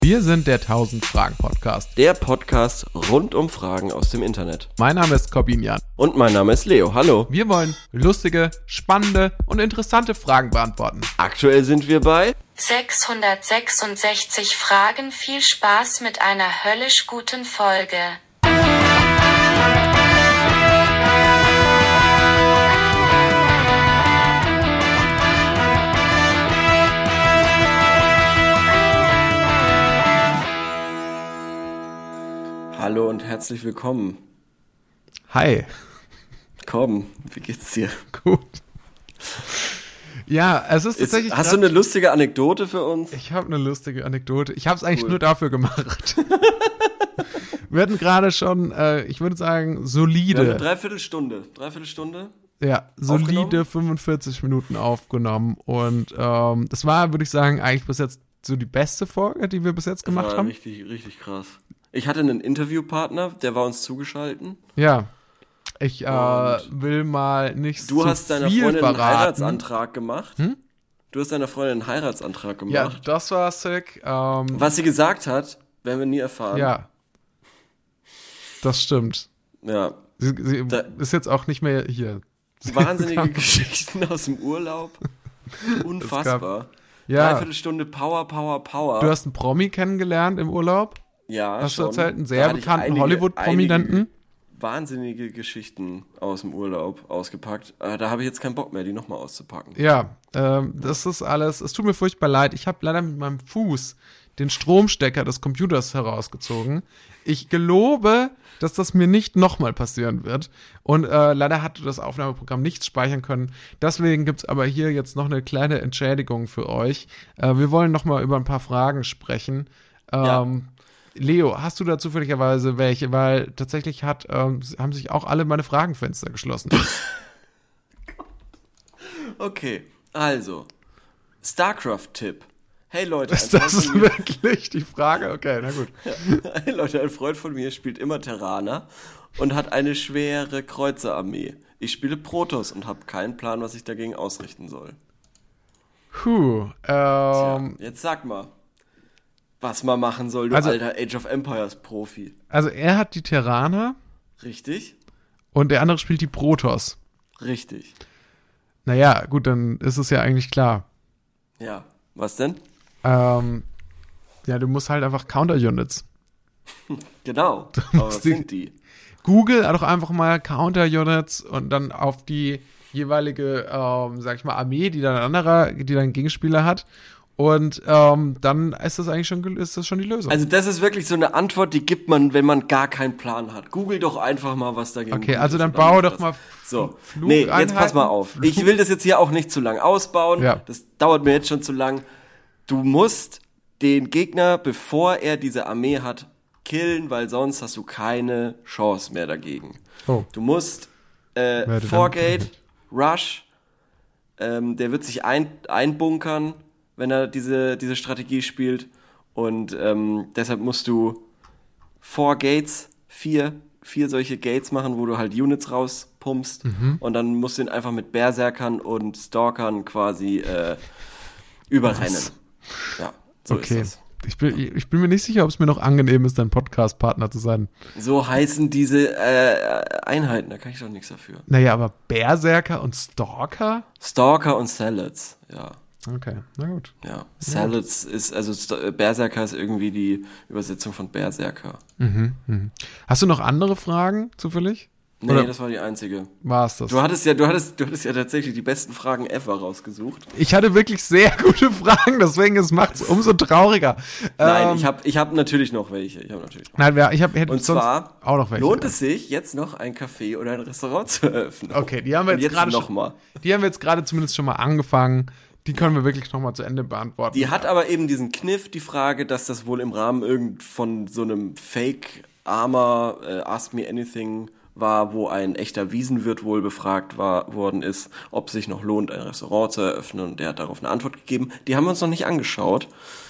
Wir sind der 1000-Fragen-Podcast. Der Podcast rund um Fragen aus dem Internet. Mein Name ist Corbinian. Und mein Name ist Leo. Hallo. Wir wollen lustige, spannende und interessante Fragen beantworten. Aktuell sind wir bei 666 Fragen. Viel Spaß mit einer höllisch guten Folge. Hallo und herzlich willkommen. Hi. Komm, wie geht's dir? Gut. Ja, es ist tatsächlich... Hast du eine lustige Anekdote für uns? Ich habe eine lustige Anekdote. Ich habe es eigentlich nur dafür gemacht. Wir hatten gerade schon, ich würde sagen, solide... Ja, eine Dreiviertelstunde? Ja, solide 45 Minuten aufgenommen. Und das war, würde ich sagen, eigentlich bis jetzt so die beste Folge, die wir bis jetzt gemacht haben. Richtig, richtig krass. Ich hatte einen Interviewpartner, der war uns zugeschalten. Ja, ich will mal nicht Du zu hast deiner viel Freundin einen verraten. Heiratsantrag gemacht. Du hast deiner Freundin einen Heiratsantrag gemacht. Ja, das war sick. Was sie gesagt hat, werden wir nie erfahren. Ja, das stimmt. Ja. Sie ist jetzt auch nicht mehr hier. Wahnsinnige Geschichten aus dem Urlaub. Unfassbar. Ja. Dreiviertelstunde Power. Du hast einen Promi kennengelernt im Urlaub? Ja, hast schon. du erzählt? Einen Da sehr hatte ich bekannten Hollywood-Prominenten? Wahnsinnige Geschichten aus dem Urlaub ausgepackt. Da habe ich jetzt keinen Bock mehr, die nochmal auszupacken. Ja, das ist alles, es tut mir furchtbar leid. Ich habe leider mit meinem Fuß den Stromstecker des Computers herausgezogen. Ich gelobe, dass das mir nicht nochmal passieren wird. Und leider hat das Aufnahmeprogramm nichts speichern können. Deswegen gibt's aber hier jetzt noch eine kleine Entschädigung für euch. Wir wollen nochmal über ein paar Fragen sprechen. Ja. Leo, hast du da zufälligerweise welche? Weil tatsächlich haben sich auch alle meine Fragenfenster geschlossen. Okay, also, StarCraft-Tipp. Hey Leute, Ist das wirklich die Frage? Okay, na gut. Hey Leute, ein Freund von mir spielt immer Terraner und hat eine schwere Kreuzerarmee. Ich spiele Protoss und habe keinen Plan, was ich dagegen ausrichten soll. Tja, jetzt sag mal, was man machen soll, du alter Age of Empires Profi. Also er hat die Terraner. Richtig? Und der andere spielt die Protoss. Richtig. Naja, gut, dann ist es ja eigentlich klar. Ja, was denn? Ja, du musst halt einfach Counter-Units. Genau, aber was sind die? Google doch einfach mal Counter-Units und dann auf die jeweilige, sag ich mal, Armee, die dann einen Gegenspieler hat. Und dann ist das eigentlich schon die Lösung. Also das ist wirklich so eine Antwort, die gibt man, wenn man gar keinen Plan hat. Google doch einfach mal, was dagegen Okay, ist. also dann baue doch mal so. Flugeinheiten. Nee, jetzt pass mal auf. Ich will das jetzt hier auch nicht zu lang ausbauen. Ja. Das dauert mir jetzt schon zu lang. Du musst den Gegner, bevor er diese Armee hat, killen, weil sonst hast du keine Chance mehr dagegen. Oh. Du musst Vorgate, Rush, der wird sich einbunkern, wenn er diese Strategie spielt. Und deshalb musst du 4 Gates, vier solche Gates machen, wo du halt Units rauspumpst. Und dann musst du ihn einfach mit Berserkern und Stalkern quasi überrennen. Ja, so ist das. Ich bin mir nicht sicher, ob es mir noch angenehm ist, dein Podcast-Partner zu sein. So heißen diese Einheiten, da kann ich doch nichts dafür. Naja, aber Berserker und Stalker? Stalker und Salads, ja. Okay, na gut. Ja, Salads ist, also Berserker ist irgendwie die Übersetzung von Berserker. Hast du noch andere Fragen, zufällig? Nee, Oder das war die einzige. war's das? Du hattest ja tatsächlich die besten Fragen ever rausgesucht. Ich hatte wirklich sehr gute Fragen, deswegen macht's umso trauriger. Nein, ich hab natürlich noch welche. Nein, hätte Und sonst zwar auch noch welche. lohnt es sich, jetzt noch ein Café oder ein Restaurant zu eröffnen. Okay, die haben wir jetzt gerade nochmal. Die haben wir jetzt gerade zumindest schon mal angefangen. Die können wir wirklich nochmal zu Ende beantworten. Die hat aber eben diesen Kniff, die Frage, dass das wohl im Rahmen von so einem Fake-Armer Ask Me Anything war, wo ein echter Wiesenwirt wohl befragt worden ist, ob es sich noch lohnt, ein Restaurant zu eröffnen, und der hat darauf eine Antwort gegeben. Die haben wir uns noch nicht angeschaut.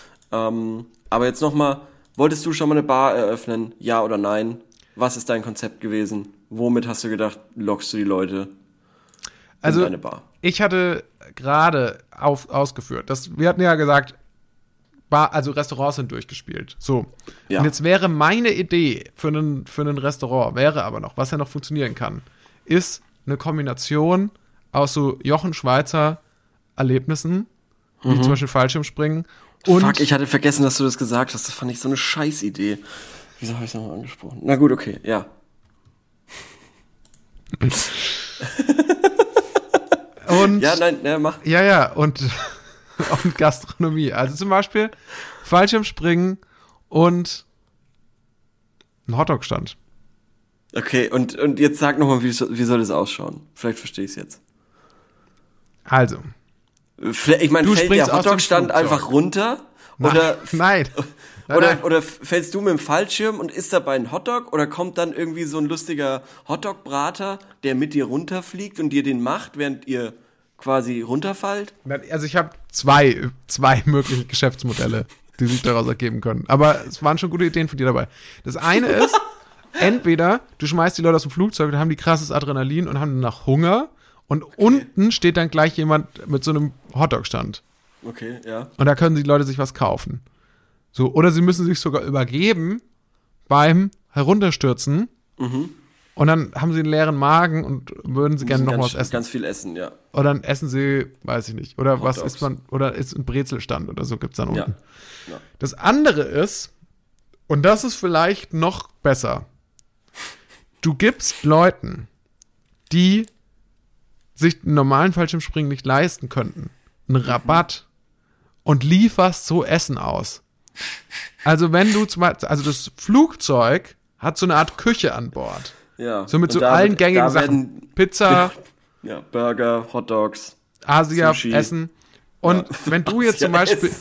Aber jetzt nochmal, wolltest du schon mal eine Bar eröffnen? Ja oder nein? Was ist dein Konzept gewesen? Womit hast du gedacht, lockst du die Leute in deine Bar? Ich hatte gerade ausgeführt, wir hatten ja gesagt, also Restaurants sind durchgespielt. So. Ja. Und jetzt wäre meine Idee für ein Restaurant, wäre aber noch, was ja noch funktionieren kann, ist eine Kombination aus so Jochen Schweizer Erlebnissen, wie zum Beispiel Fallschirmspringen. Und Fuck, ich hatte vergessen, dass du das gesagt hast. Das fand ich so eine Scheißidee. Wieso habe ich das nochmal angesprochen? Na gut, okay, ja. und Ja, nein, mach. Ja, und Gastronomie. Also zum Beispiel Fallschirmspringen und ein Hotdog-Stand. Okay, und jetzt sag nochmal, wie soll das ausschauen? Vielleicht verstehe ich es jetzt. Also. Ich meine, Du fällt springst der aus dem Hotdog-Stand Flugzeug. einfach runter? Nein. Oder fällst du mit dem Fallschirm und isst dabei einen Hotdog? Oder kommt dann irgendwie so ein lustiger Hotdog-Brater, der mit dir runterfliegt und dir den macht, während ihr quasi runterfallt? Also ich habe zwei mögliche Geschäftsmodelle, die sich daraus ergeben können. Aber es waren schon gute Ideen für dich dabei. Das eine ist, entweder du schmeißt die Leute aus dem Flugzeug, dann haben die krasses Adrenalin und haben danach Hunger. Und unten steht dann gleich jemand mit so einem Hotdog-Stand. Okay, ja. Und da können die Leute sich was kaufen. So, oder sie müssen sich sogar übergeben beim Herunterstürzen. Und dann haben sie einen leeren Magen und würden sie gerne noch was essen. Ganz viel essen, ja. Oder dann essen sie, weiß ich nicht. Oder Hotdogs. was isst man? Oder ist ein Brezelstand oder so gibt's dann unten. Ja. Das andere ist, und das ist vielleicht noch besser, du gibst Leuten, die sich einen normalen Fallschirmspringen nicht leisten könnten, einen Rabatt und lieferst so Essen aus. Also wenn du also das Flugzeug hat so eine Art Küche an Bord. Ja. So mit Und so da allen wird- gängigen da Sachen. werden- Pizza, Ja, Burger, Hotdogs. Asia, Sushi. Essen. Und wenn du jetzt zum Beispiel,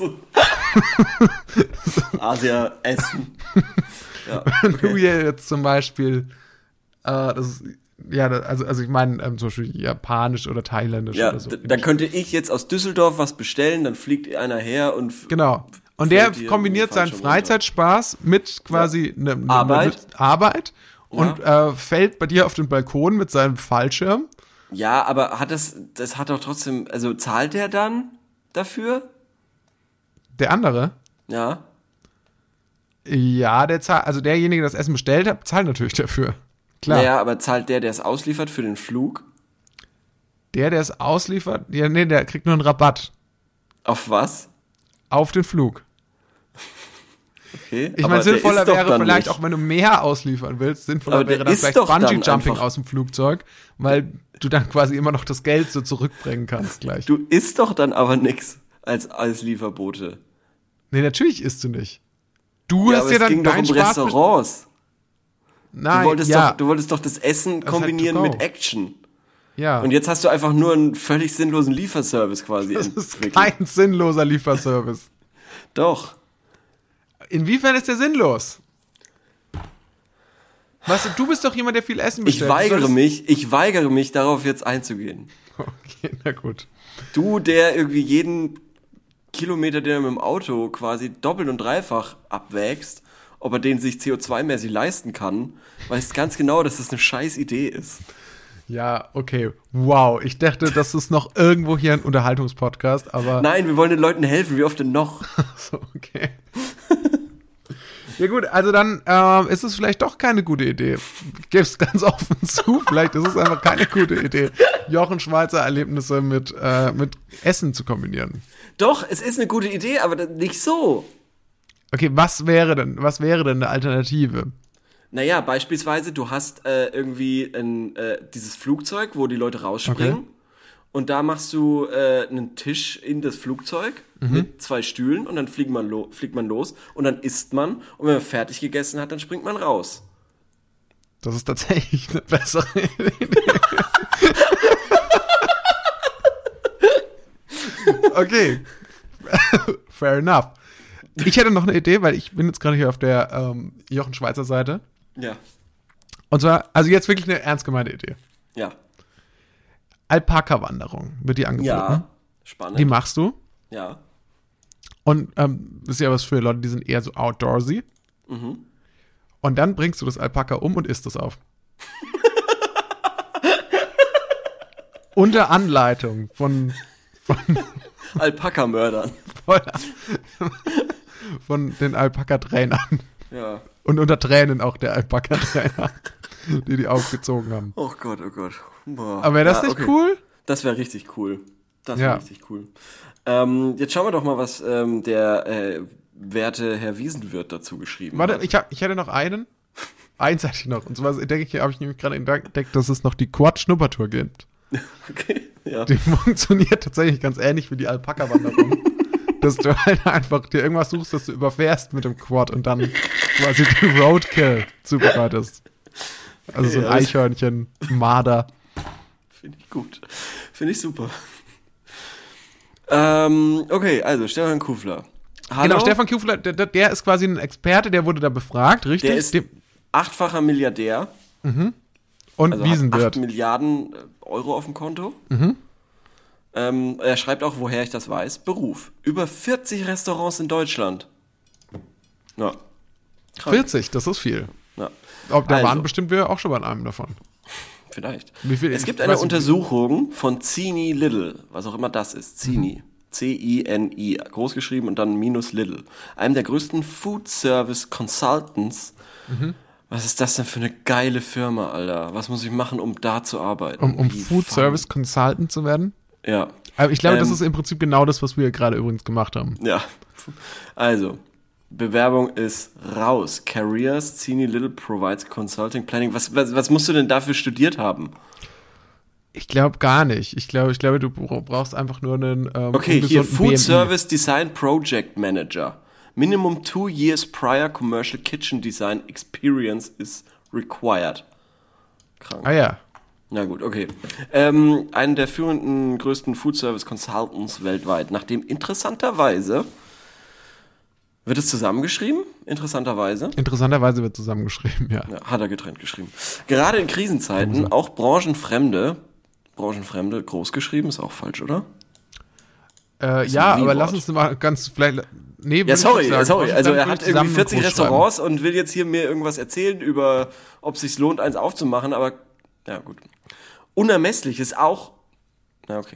Asia essen. Ja. wenn du hier jetzt zum Beispiel, also ich meine zum Beispiel japanisch oder thailändisch Ja, oder so. dann könnte ich jetzt aus Düsseldorf was bestellen, dann fliegt einer her und Genau. Und fällt der dir kombiniert im seinen Fallschirm Freizeit-Spaß mit quasi Arbeit und fällt bei dir auf den Balkon mit seinem Fallschirm. Ja, aber das hat doch trotzdem, also zahlt der dann dafür? Der andere, Ja. ja, der zahlt, also derjenige, der das Essen bestellt hat, zahlt natürlich dafür. Klar. Naja, aber zahlt der es ausliefert für den Flug? Der es ausliefert, ja, nee, der kriegt nur einen Rabatt Auf was? auf den Flug. Okay. Ich aber meine, der sinnvoller ist doch wäre dann vielleicht nicht. auch, wenn du mehr ausliefern willst, sinnvoller Aber der wäre dann ist vielleicht doch dann Bungee-Jumping einfach- aus dem Flugzeug, weil du dann quasi immer noch das Geld so zurückbringen kannst gleich. Du isst doch dann aber nix als Lieferbote. Nee, natürlich isst du nicht. Du Ja, hast aber dir es dann ging doch deinen um Spaß Restaurants. Nein, Du wolltest doch das Essen halt kombinieren to go. mit Action. ja. Und jetzt hast du einfach nur einen völlig sinnlosen Lieferservice quasi Das ist entwickelt. kein sinnloser Lieferservice. Doch. Inwiefern ist der sinnlos? Weißt du bist doch jemand, der viel Essen Ich bestellt. weigere mich, darauf jetzt einzugehen. Okay, na gut. Du, der irgendwie jeden Kilometer, den du mit dem Auto quasi doppelt und dreifach abwägst, ob er den sich CO2-mäßig leisten kann, weißt ganz genau, dass das eine scheiß Idee ist. Ja, okay. Wow. Ich dachte, das ist noch irgendwo hier ein Unterhaltungspodcast, aber. Nein, wir wollen den Leuten helfen, wie oft denn noch? So, okay. Ja gut, also dann ist es vielleicht doch keine gute Idee. Ich gebe es ganz offen zu, vielleicht ist es einfach keine gute Idee, Jochen Schweizer Erlebnisse mit Essen zu kombinieren. Doch, es ist eine gute Idee, aber nicht so. Okay, was wäre denn eine Alternative? Naja, beispielsweise, du hast irgendwie dieses Flugzeug, wo die Leute rausspringen. Okay. Und da machst du einen Tisch in das Flugzeug mit 2 Stühlen und dann fliegt man los und dann isst man. Und wenn man fertig gegessen hat, dann springt man raus. Das ist tatsächlich eine bessere Idee. Okay. Fair enough. Ich hätte noch eine Idee, weil ich bin jetzt gerade hier auf der Jochen Schweizer Seite. Ja. Und zwar, also jetzt wirklich eine ernst gemeinte Idee. Ja. Alpaka-Wanderung wird dir angeboten. Ja. Spannend. Die machst du. Ja. Und das ist ja was für Leute, die sind eher so outdoorsy. Und dann bringst du das Alpaka um und isst es auf. Unter Anleitung von Alpaka-Mördern. von den Alpaka-Trainern. Ja. Und unter Tränen auch der Alpaka-Trainer, die aufgezogen haben. Oh Gott, oh Gott. Boah. Aber wäre das nicht cool? Das wäre richtig cool. Das Ja. wäre richtig cool. Jetzt schauen wir doch mal, was der werte Herr Wiesenwirt dazu geschrieben Warte, hat. ich hätte noch einen. Eins hatte ich noch. Und zwar habe ich nämlich gerade entdeckt, dass es noch die Quad-Schnuppertour gibt. Okay, ja. Die funktioniert tatsächlich ganz ähnlich wie die Alpaka-Wanderung. Dass du halt einfach dir irgendwas suchst, das du überfährst mit dem Quad und dann quasi den Roadkill zubereitest. Also so ein Ja, Eichhörnchen, Marder. Finde ich gut. Finde ich super. Okay, also Stefan Kufler. Hallo? Genau, Stefan Kufler, der ist quasi ein Experte, der wurde da befragt, richtig? Der ist 8-facher Milliardär. Und Also hat 8 Wiesenwirt. Milliarden Euro auf dem Konto. Er schreibt auch, woher ich das weiß. Beruf. Über 40 Restaurants in Deutschland. Ja. Krank. 40, das ist viel. Ja. Da Also. waren bestimmt wir auch schon bei einem davon. Vielleicht. Wie viel- Es gibt ich eine weiß nicht, Untersuchung von Cini Little, was auch immer das ist. Cini. C-I-N-I, großgeschrieben und dann minus Little. Einem der größten Food Service Consultants. Was ist das denn für eine geile Firma, Alter? Was muss ich machen, um da zu arbeiten? Um Wie Food fun. Service Consultant zu werden? Ja. Aber ich glaube, das ist im Prinzip genau das, was wir gerade übrigens gemacht haben. Ja. Also, Bewerbung ist raus. Careers, Cini Little provides Consulting Planning. Was musst du denn dafür studiert haben? Ich glaube gar nicht. Ich glaube, du brauchst einfach nur einen Okay, hier ungesunden Food BMI. Service Design Project Manager. Minimum 2 years prior commercial kitchen design experience is required. Krank. Ah ja. Na gut, okay. Einen der führenden größten Food Service Consultants weltweit, nachdem interessanterweise wird es zusammengeschrieben? Interessanterweise? Interessanterweise wird zusammengeschrieben, ja. Ja, hat er getrennt geschrieben. Gerade in Krisenzeiten auch Branchenfremde, groß geschrieben, ist auch falsch, oder? Ja, ein aber Wie-Wort. lass uns mal ganz vielleicht. Nee, Ja, würde ich nicht sagen. sorry. Also er Würde hat ich irgendwie zusammen 40 groß schreiben. Restaurants und will jetzt hier mir irgendwas erzählen über, ob es sich lohnt, eins aufzumachen, aber ja gut. Unermesslich ist auch. Na okay.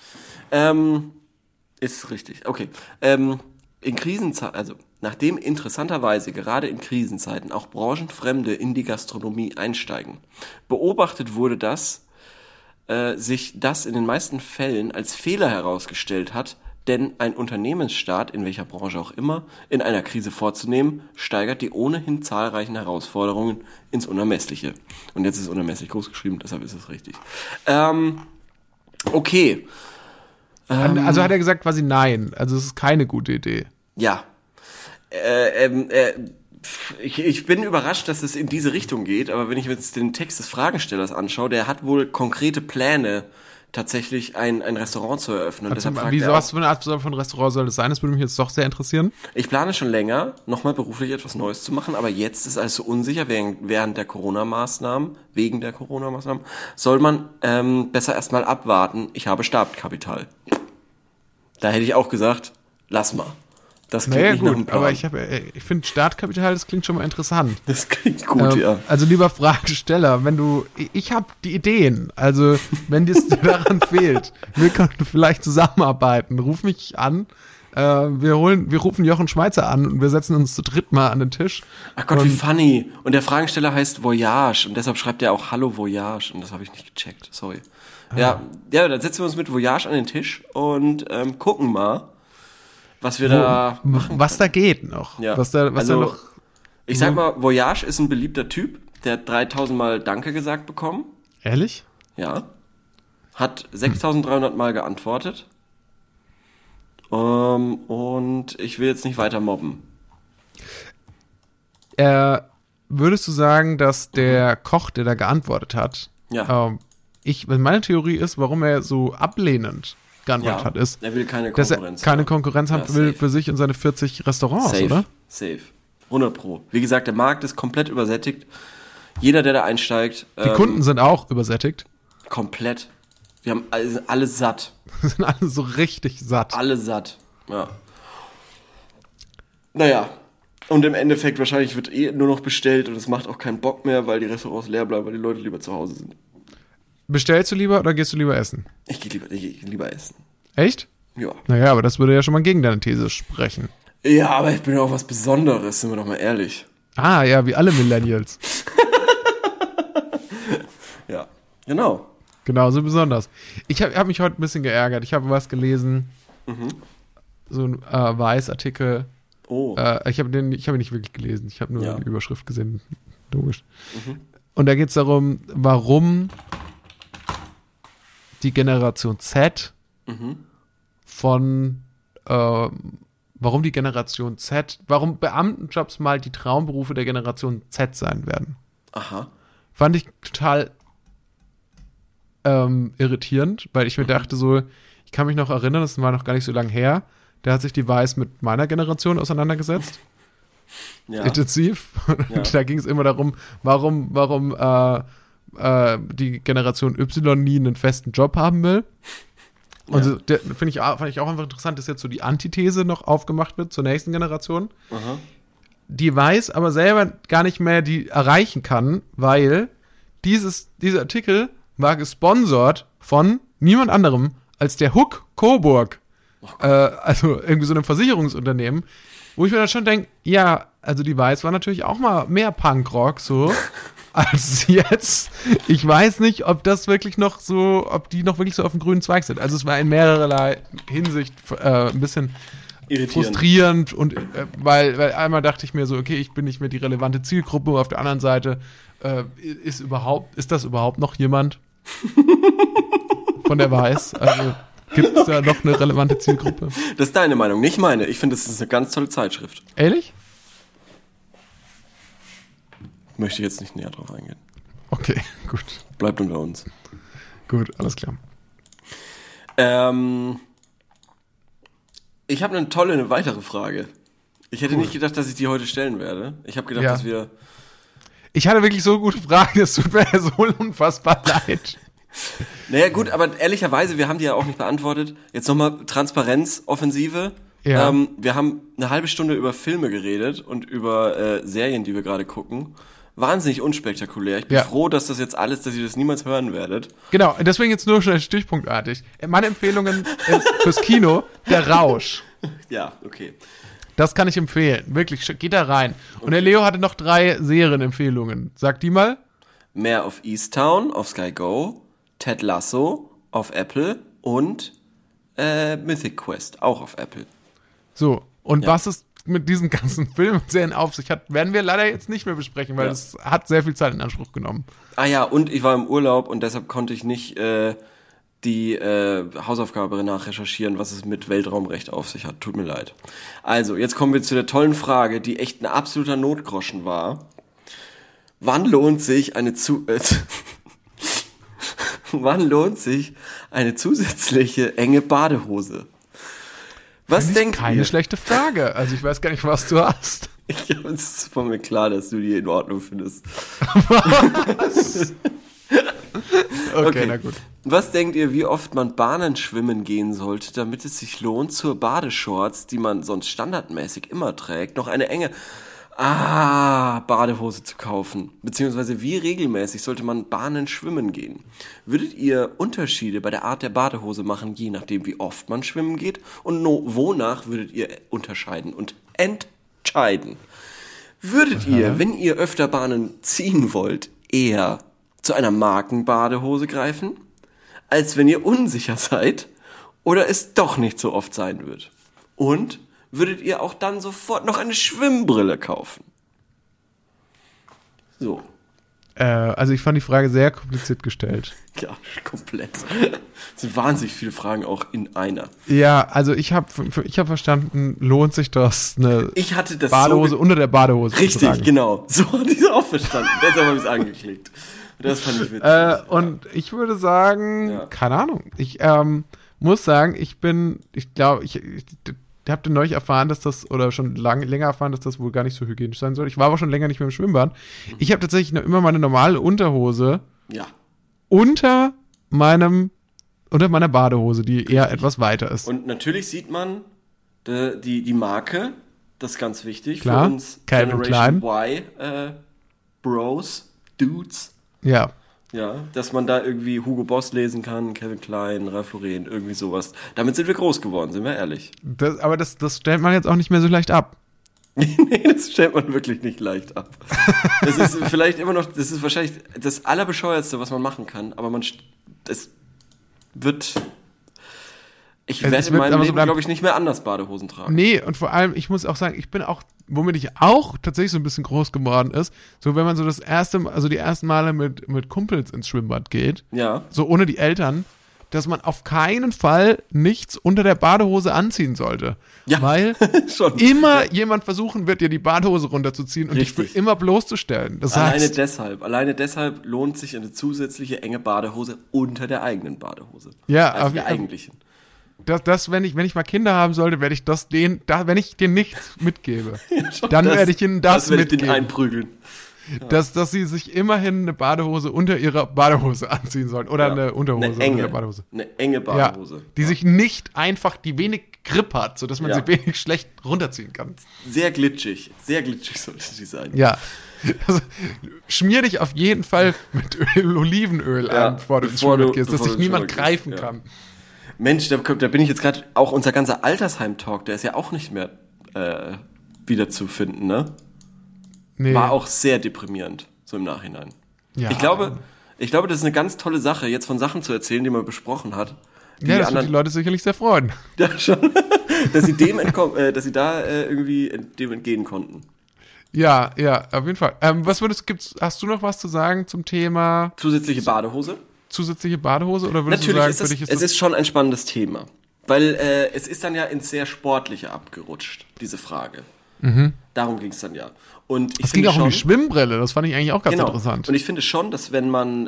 Ist richtig. Okay. In Krisenzeiten, also nachdem interessanterweise gerade in Krisenzeiten auch Branchenfremde in die Gastronomie einsteigen, beobachtet wurde, dass sich das in den meisten Fällen als Fehler herausgestellt hat, denn ein Unternehmensstart, in welcher Branche auch immer, in einer Krise vorzunehmen, steigert die ohnehin zahlreichen Herausforderungen ins Unermessliche. Und jetzt ist unermesslich groß geschrieben, deshalb ist es richtig. Okay. Also hat er gesagt quasi nein. Also es ist keine gute Idee. Ja. Ich bin überrascht, dass es in diese Richtung geht, aber wenn ich mir jetzt den Text des Fragestellers anschaue, der hat wohl konkrete Pläne, tatsächlich ein Restaurant zu eröffnen. Und deshalb fragt Wieso er hast du für eine Art von Restaurant soll das sein? Das würde mich jetzt doch sehr interessieren. Ich plane schon länger, nochmal beruflich etwas Neues zu machen, aber jetzt ist alles so unsicher während der Corona-Maßnahmen, wegen der Corona-Maßnahmen, soll man besser erstmal abwarten. Ich habe Startkapital. Da hätte ich auch gesagt, lass mal. Das klingt Naja nicht nach einem gut, Plan. aber ich finde Startkapital, das klingt schon mal interessant. Das klingt gut, ja. Also lieber Fragesteller, wenn du, ich habe die Ideen, also wenn dir daran fehlt, wir könnten vielleicht zusammenarbeiten, ruf mich an, wir rufen Jochen Schweizer an und wir setzen uns zu dritt mal an den Tisch. Ach Gott, wie funny. Und der Fragesteller heißt Voyage und deshalb schreibt er auch Hallo Voyage und das habe ich nicht gecheckt, sorry. Ja, dann setzen wir uns mit Voyage an den Tisch und gucken mal, was wir da machen. Was da geht noch. Ja. Was da noch. Ich sag mal, Voyage ist ein beliebter Typ, der hat 3000 Mal Danke gesagt bekommen. Ehrlich? Ja. Hat 6300 Mal geantwortet. Und ich will jetzt nicht weiter mobben. Würdest du sagen, dass der Koch, der da geantwortet hat, Ja. meine Theorie ist, warum er so ablehnend geantwortet hat, ist, er will keine dass Konkurrenz. er keine haben. Konkurrenz haben Ja, will safe. für sich und seine 40 Restaurants, Safe, oder? safe. 100 Pro. Wie gesagt, der Markt ist komplett übersättigt. Jeder, der da einsteigt, Die Kunden sind auch übersättigt. komplett. Wir haben alle satt. Sind alle so richtig satt. Alle satt. Ja. Naja. Und im Endeffekt wahrscheinlich wird nur noch bestellt und es macht auch keinen Bock mehr, weil die Restaurants leer bleiben, weil die Leute lieber zu Hause sind. Bestellst du lieber oder gehst du lieber essen? Ich gehe lieber essen. Echt? Ja. Naja, aber das würde ja schon mal gegen deine These sprechen. Ja, aber ich bin ja auch was Besonderes, sind wir doch mal ehrlich. Ah, ja, wie alle Millennials. Ja, genau. Genau, so besonders. Ich hab mich heute ein bisschen geärgert. Ich habe was gelesen, so ein Weiß-Artikel. Oh. Ich habe ihn nicht wirklich gelesen. Ich habe nur Ja. die Überschrift gesehen. Logisch. Und da geht es darum, warum die Generation Z warum Beamtenjobs mal die Traumberufe der Generation Z sein werden. Aha. Fand ich total irritierend, weil ich mir dachte so, ich kann mich noch erinnern, das war noch gar nicht so lange her, da hat sich die Weiß mit meiner Generation auseinandergesetzt. Ja. Intensiv. Ja. Da ging es immer darum, warum die Generation Y nie einen festen Job haben will. Und so, fand ich auch einfach interessant, dass jetzt so die Antithese noch aufgemacht wird zur nächsten Generation. Aha. Die Weiß aber selber gar nicht mehr die erreichen kann, weil dieser Artikel war gesponsert von niemand anderem als der Huck Coburg. Also irgendwie so einem Versicherungsunternehmen, wo ich mir dann schon denke, ja, also die Weiß war natürlich auch mal mehr Punkrock so als jetzt. Ich weiß nicht, ob die noch wirklich so auf dem grünen Zweig sind. Also es war in mehrerlei Hinsicht ein bisschen frustrierend und weil einmal dachte ich mir so, okay, ich bin nicht mehr die relevante Zielgruppe, auf der anderen Seite ist das überhaupt noch jemand von der Weiß? Also gibt es da noch eine relevante Zielgruppe? Das ist deine Meinung, nicht meine. Ich finde, das ist eine ganz tolle Zeitschrift. Ehrlich? Möchte jetzt nicht näher drauf eingehen. Okay, gut. Bleibt unter uns. Gut, alles klar. Ich habe eine weitere Frage. Ich hätte nicht gedacht, dass ich die heute stellen werde. Ich habe gedacht, dass wir... Ich hatte wirklich so gute Fragen, es tut mir so unfassbar leid. Naja gut, aber ehrlicherweise, wir haben die ja auch nicht beantwortet. Jetzt nochmal Transparenz-Offensive. Ja. Wir haben eine halbe Stunde über Filme geredet und über Serien, die wir gerade gucken. Wahnsinnig unspektakulär. Ich bin froh, dass das jetzt alles, dass ihr das niemals hören werdet. Genau, deswegen jetzt nur schnell stichpunktartig. Meine Empfehlungen ist fürs Kino Der Rausch. Ja, okay. Das kann ich empfehlen. Wirklich, geht da rein. Und der Leo hatte noch 3 Serienempfehlungen. Sag die mal. Mare of Easttown auf Sky Go, Ted Lasso auf Apple und Mythic Quest auch auf Apple. So, und was es mit diesen ganzen Filmen und Serien auf sich hat, werden wir leider jetzt nicht mehr besprechen, weil es hat sehr viel Zeit in Anspruch genommen. Ah ja, und ich war im Urlaub und deshalb konnte ich nicht die Hausaufgabe nachrecherchieren, was es mit Weltraumrecht auf sich hat. Tut mir leid. Also, jetzt kommen wir zu der tollen Frage, die echt ein absoluter Notgroschen war. Wann lohnt sich eine zusätzliche enge Badehose? Was denkt ihr? Keine schlechte Frage. Also ich weiß gar nicht, was du hast. Es ist von mir klar, dass du die in Ordnung findest. Was? Okay, na gut. Was denkt ihr, wie oft man Bahnen schwimmen gehen sollte, damit es sich lohnt, zur Badeshorts, die man sonst standardmäßig immer trägt, noch eine enge Badehose zu kaufen? Beziehungsweise wie regelmäßig sollte man Bahnen schwimmen gehen? Würdet ihr Unterschiede bei der Art der Badehose machen, je nachdem wie oft man schwimmen geht? Und wonach würdet ihr unterscheiden und entscheiden? Würdet ihr, wenn ihr öfter Bahnen ziehen wollt, eher zu einer Markenbadehose greifen, als wenn ihr unsicher seid oder es doch nicht so oft sein wird? Und würdet ihr auch dann sofort noch eine Schwimmbrille kaufen? So. Also ich fand die Frage sehr kompliziert gestellt. Ja, komplett. Es sind wahnsinnig viele Fragen auch in einer. Ja, also ich hab verstanden, lohnt sich das, eine Ich hatte das Badehose unter der Badehose Richtig, zu tragen. genau. So hatte ich es auch verstanden. Deshalb habe ich es angeklickt. Das fand ich witzig. Und ich würde sagen, keine Ahnung. Ich muss sagen, ich glaube, ich habe neulich erfahren, dass das, oder schon länger erfahren, dass das wohl gar nicht so hygienisch sein soll. Ich war aber schon länger nicht mehr im Schwimmbad. Ich habe tatsächlich noch immer meine normale Unterhose unter meiner Badehose, die eher etwas weiter ist. Und natürlich sieht man die Marke, das ist ganz wichtig Klar, für uns Calvin Generation Klein. Y Bros, Dudes. Ja. Ja, dass man da irgendwie Hugo Boss lesen kann, Kevin Klein, Ralph Lauren, irgendwie sowas. Damit sind wir groß geworden, sind wir ehrlich. Aber das stellt man jetzt auch nicht mehr so leicht ab. Nee, das stellt man wirklich nicht leicht ab. Das ist vielleicht immer noch, das ist wahrscheinlich das Allerbescheuertste, was man machen kann, aber es wird, ich werde in meinem Leben, glaube ich, nicht mehr anders Badehosen tragen. Nee, und vor allem, ich muss auch sagen, ich bin auch, womit ich auch tatsächlich so ein bisschen groß geworden ist, so wenn man so die ersten Male mit Kumpels ins Schwimmbad geht, Ja. so ohne die Eltern, dass man auf keinen Fall nichts unter der Badehose anziehen sollte. Ja, Weil schon. immer jemand versuchen wird, dir die Badehose runterzuziehen und dich für Richtig. immer bloßzustellen. Das heißt, Alleine deshalb lohnt sich eine zusätzliche enge Badehose unter der eigenen Badehose. Ja, also aber der eigentlichen. wenn ich mal Kinder haben sollte, werde ich wenn ich denen nichts mitgebe, Schon dann werde ich ihnen das werde ich denen mitgeben. einprügeln. Dass sie sich immerhin eine Badehose unter ihrer Badehose anziehen sollen. Oder eine Unterhose unter der Badehose. Eine enge Badehose. Ja, die sich nicht einfach, die wenig Grip hat, sodass man Ja. sie wenig schlecht runterziehen kann. Sehr glitschig sollte die sein. Ja. Also, schmier dich auf jeden Fall mit Olivenöl Ja, an, bevor du ins bevor du- Schwimmbad gehst, dass bevor dich du ins niemand Schwimmbad gehst, greifen ja. kann. Mensch, da bin ich jetzt gerade, auch unser ganzer Altersheim-Talk, der ist ja auch nicht mehr wiederzufinden, ne? Nee. War auch sehr deprimierend, so im Nachhinein. Ja. Ich glaube, das ist eine ganz tolle Sache, jetzt von Sachen zu erzählen, die man besprochen hat. Ja, das wird die Leute sicherlich sehr freuen. Ja, schon. Dass sie dass sie da irgendwie dem entgehen konnten. Ja, auf jeden Fall. Hast du noch was zu sagen zum Thema Zusätzliche Badehose? zusätzliche Badehose? Oder würdest Natürlich du ist sagen, für dich es ist schon ein spannendes Thema. Weil es ist dann ja ins sehr Sportliche abgerutscht, diese Frage. Darum ging es dann ja. Und ich es ging finde auch um die schon- Schwimmbrille, das fand ich eigentlich auch ganz Genau. interessant. Und ich finde schon, dass wenn man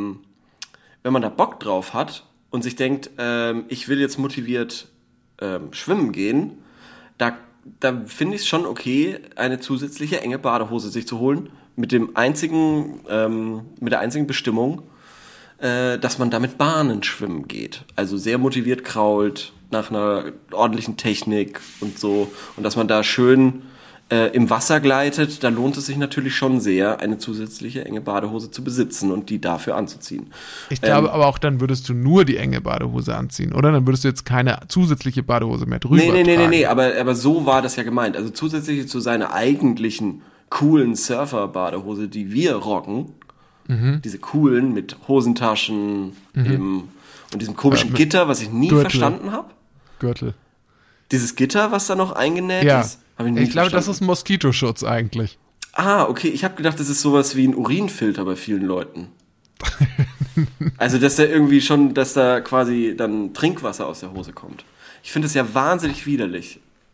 da Bock drauf hat und sich denkt, ich will jetzt motiviert schwimmen gehen, da finde ich es schon okay, eine zusätzliche enge Badehose sich zu holen, mit der einzigen Bestimmung, dass man damit Bahnen schwimmen geht. Also sehr motiviert krault, nach einer ordentlichen Technik und so. Und dass man da schön im Wasser gleitet, da lohnt es sich natürlich schon sehr, eine zusätzliche enge Badehose zu besitzen und die dafür anzuziehen. Ich glaube aber auch, dann würdest du nur die enge Badehose anziehen, oder? Dann würdest du jetzt keine zusätzliche Badehose mehr drüber tragen. Nee, aber so war das ja gemeint. Also zusätzlich zu seiner eigentlichen coolen Surfer-Badehose, die wir rocken, diese coolen mit Hosentaschen und diesem komischen Gitter, was ich nie Gürtel. verstanden habe. Gürtel. Dieses Gitter, was da noch eingenäht Ja, ist, habe ich nie ich glaube, das verstanden. ist Moskitoschutz eigentlich. Ah, okay, ich habe gedacht, das ist sowas wie ein Urinfilter bei vielen Leuten. Also, dass da quasi dann Trinkwasser aus der Hose kommt. Ich finde es ja wahnsinnig widerlich.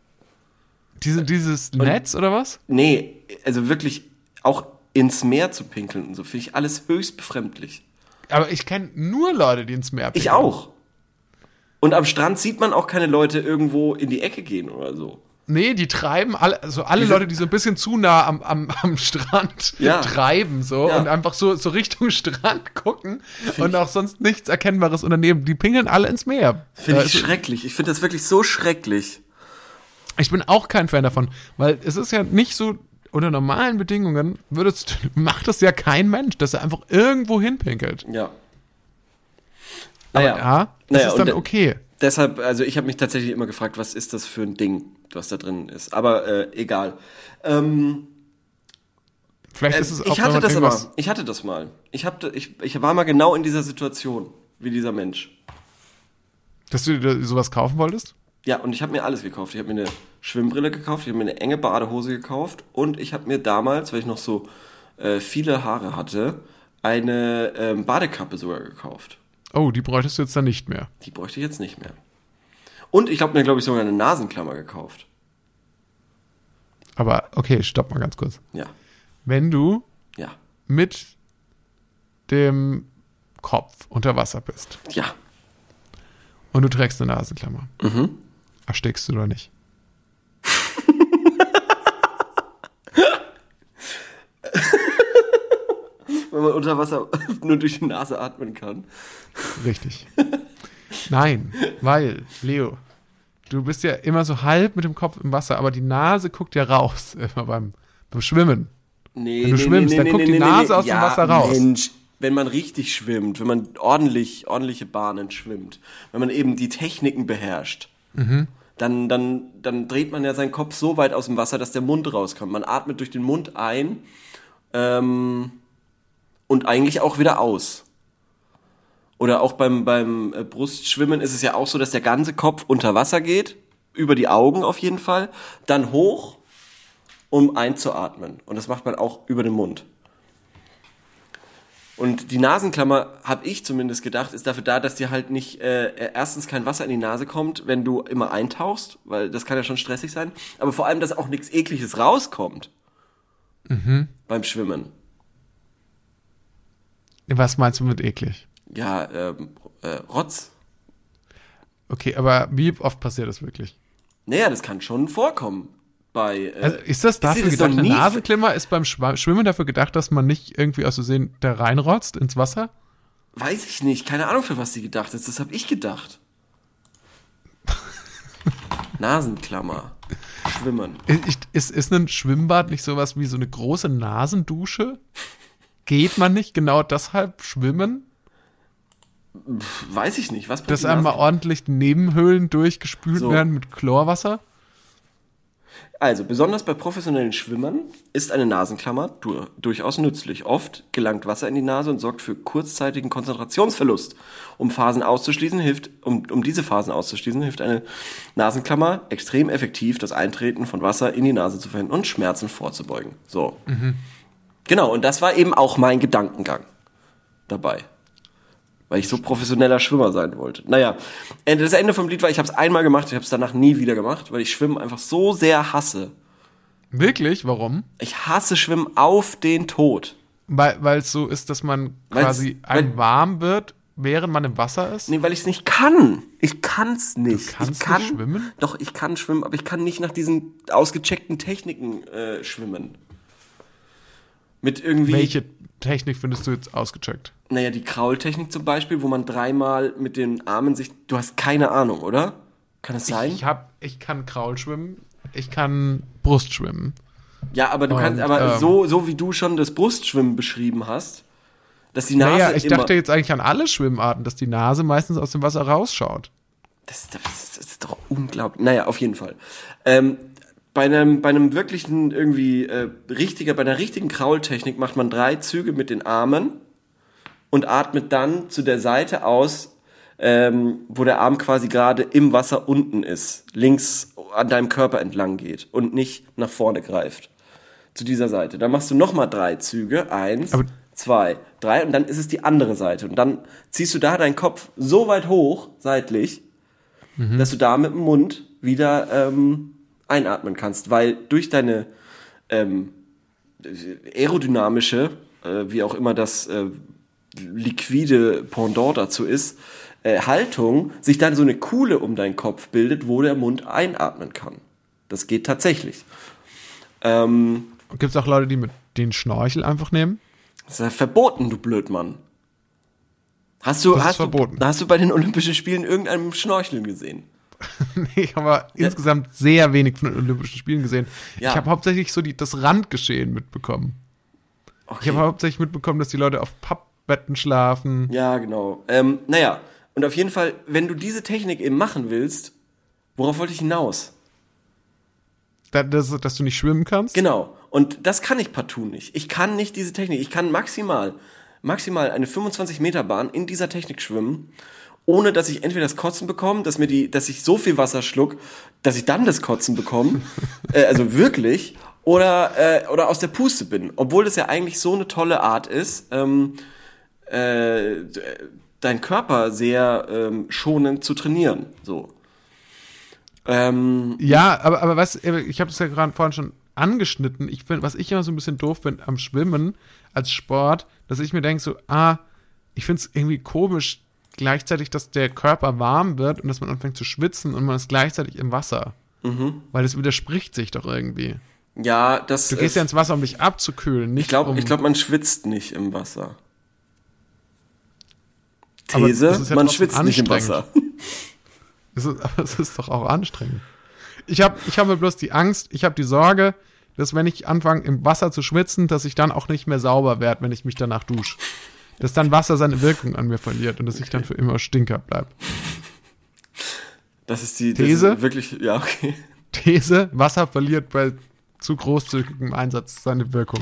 Dieses Netz oder was? Nee, also wirklich auch ins Meer zu pinkeln und so, finde ich alles höchst befremdlich. Aber ich kenne nur Leute, die ins Meer Ich pinkeln. auch. Und am Strand sieht man auch keine Leute irgendwo in die Ecke gehen oder so. Nee, die treiben alle Leute, die so ein bisschen zu nah am Strand Ja. treiben so Ja. und einfach so Richtung Strand gucken und auch sonst nichts Erkennbares unternehmen. Die pinkeln alle ins Meer. Finde ich Also, schrecklich. Ich finde das wirklich so schrecklich. ich bin auch kein Fan davon, weil es ist ja nicht so, unter normalen Bedingungen macht das ja kein Mensch, dass er einfach irgendwo hinpinkelt. Ja. Aber Naja. ja, das Naja, ist und dann de- okay. Deshalb, also ich habe mich tatsächlich immer gefragt, was ist das für ein Ding, was da drin ist. Aber egal. Vielleicht ist es auch, Ich hatte wenn man das irgendwas- aber. Ich hatte das mal. Ich war mal genau in dieser Situation, wie dieser Mensch. dass du dir sowas kaufen wolltest? Ja, und ich habe mir alles gekauft. Ich habe mir eine Schwimmbrille gekauft, ich habe mir eine enge Badehose gekauft und ich habe mir damals, weil ich noch so viele Haare hatte, eine Badekappe sogar gekauft. Oh, die bräuchtest du jetzt dann nicht mehr. Die bräuchte ich jetzt nicht mehr. Und ich habe mir, glaube ich, sogar eine Nasenklammer gekauft. Aber okay, stopp mal ganz kurz. Ja, Wenn du ja, mit dem Kopf unter Wasser bist ja. und du trägst eine Nasenklammer, erstickst du oder nicht? Wenn man unter Wasser nur durch die Nase atmen kann. Richtig. Nein, weil, Leo, du bist ja immer so halb mit dem Kopf im Wasser, aber die Nase guckt ja raus, immer beim Schwimmen. Nee, Wenn du schwimmst, dann guckt die Nase aus dem Wasser raus. Mensch, wenn man richtig schwimmt, wenn man ordentliche Bahnen schwimmt, wenn man eben die Techniken beherrscht, dann dreht man ja seinen Kopf so weit aus dem Wasser, dass der Mund rauskommt. Man atmet durch den Mund ein und eigentlich auch wieder aus. Oder auch beim Brustschwimmen ist es ja auch so, dass der ganze Kopf unter Wasser geht, über die Augen auf jeden Fall, dann hoch, um einzuatmen. Und das macht man auch über den Mund. Und die Nasenklammer, habe ich zumindest gedacht, ist dafür da, dass dir halt nicht erstens kein Wasser in die Nase kommt, wenn du immer eintauchst, weil das kann ja schon stressig sein, aber vor allem, dass auch nichts Ekliges rauskommt beim Schwimmen. Was meinst du mit eklig? Ja, Rotz. Okay, aber wie oft passiert das wirklich? Naja, das kann schon vorkommen. Also ist das dafür gedacht, eine Nasenklammer ist beim Schwimmen dafür gedacht, dass man nicht irgendwie aus Versehen da reinrotzt ins Wasser? Weiß ich nicht, keine Ahnung, für was die gedacht ist, das habe ich gedacht. Nasenklammer, Schwimmen. Ist ein Schwimmbad nicht sowas wie so eine große Nasendusche? Geht man nicht genau deshalb schwimmen? Weiß ich nicht, was dass einmal ordentlich die Nebenhöhlen durchgespült werden mit Chlorwasser? Also, besonders bei professionellen Schwimmern ist eine Nasenklammer durchaus nützlich. Oft gelangt Wasser in die Nase und sorgt für kurzzeitigen Konzentrationsverlust. Um diese Phasen auszuschließen, hilft eine Nasenklammer extrem effektiv, das Eintreten von Wasser in die Nase zu verhindern und Schmerzen vorzubeugen. So. Genau, und das war eben auch mein Gedankengang dabei. Weil ich so professioneller Schwimmer sein wollte. Naja, das Ende vom Lied war, ich habe es einmal gemacht, ich habe es danach nie wieder gemacht, weil ich Schwimmen einfach so sehr hasse. Wirklich? Warum? Ich hasse Schwimmen auf den Tod. Weil es so ist, dass man quasi warm wird, während man im Wasser ist? Nee, weil ich es nicht kann. Ich kann's nicht. Du kannst nicht schwimmen? Doch, ich kann schwimmen, aber ich kann nicht nach diesen ausgecheckten Techniken schwimmen. Mit irgendwie... Welche Technik findest du jetzt ausgecheckt? Naja, die Kraultechnik zum Beispiel, wo man 3-mal mit den Armen sich... Du hast keine Ahnung, oder? Kann es sein? Ich kann Kraulschwimmen, ich kann Brustschwimmen. Ja, aber du kannst... Aber so wie du schon das Brustschwimmen beschrieben hast, dass die Nase naja, ich dachte jetzt eigentlich an alle Schwimmarten, dass die Nase meistens aus dem Wasser rausschaut. Das ist doch unglaublich. Naja, auf jeden Fall. Bei einem wirklichen irgendwie bei einer richtigen Kraultechnik macht man 3 Züge mit den Armen und atmet dann zu der Seite aus, wo der Arm quasi gerade im Wasser unten ist, links an deinem Körper entlang geht und nicht nach vorne greift. Zu dieser Seite. Dann machst du nochmal 3 Züge, 1, 2, 3 und dann ist es die andere Seite. Und dann ziehst du da deinen Kopf so weit hoch, seitlich, dass du da mit dem Mund wieder einatmen kannst, weil durch deine aerodynamische, wie auch immer das liquide Pendant dazu ist, Haltung, sich dann so eine Kuhle um deinen Kopf bildet, wo der Mund einatmen kann. Das geht tatsächlich. Gibt es auch Leute, die mit den Schnorchel einfach nehmen? Das ist ja verboten, du Blödmann. Hast du bei den Olympischen Spielen irgendeinem Schnorcheln gesehen? Nee, ich habe insgesamt sehr wenig von den Olympischen Spielen gesehen. Ja. Ich habe hauptsächlich so das Randgeschehen mitbekommen. Okay. Ich habe hauptsächlich mitbekommen, dass die Leute auf Pappbetten schlafen. Ja, genau. Naja, und auf jeden Fall, wenn du diese Technik eben machen willst, worauf wollte ich hinaus? Dass du nicht schwimmen kannst? Genau. Und das kann ich partout nicht. Ich kann nicht diese Technik. Ich kann maximal eine 25-Meter-Bahn in dieser Technik schwimmen, ohne dass ich entweder das Kotzen bekomme, dass ich so viel Wasser schluck, dass ich dann das Kotzen bekomme, also wirklich, oder aus der Puste bin. Obwohl das ja eigentlich so eine tolle Art ist, deinen Körper sehr schonend zu trainieren. So. Ja, aber was, ich habe das ja gerade vorhin schon angeschnitten. Was ich immer so ein bisschen doof finde am Schwimmen als Sport, dass ich mir denke so, ich finde es irgendwie komisch, gleichzeitig, dass der Körper warm wird und dass man anfängt zu schwitzen und man ist gleichzeitig im Wasser. Weil das widerspricht sich doch irgendwie. Ja, du gehst ja ins Wasser, um dich abzukühlen, nicht Ich glaube, man schwitzt nicht im Wasser. These, ja man schwitzt nicht im Wasser. Aber es ist doch auch anstrengend. Ich habe bloß die Angst, ich habe die Sorge, dass wenn ich anfange im Wasser zu schwitzen, dass ich dann auch nicht mehr sauber werde, wenn ich mich danach dusche. dass dann Wasser seine Wirkung an mir verliert und dass ich dann für immer Stinker bleibe. Das ist die These? Das ist wirklich, ja, okay. These, Wasser verliert bei zu großzügigem Einsatz seine Wirkung.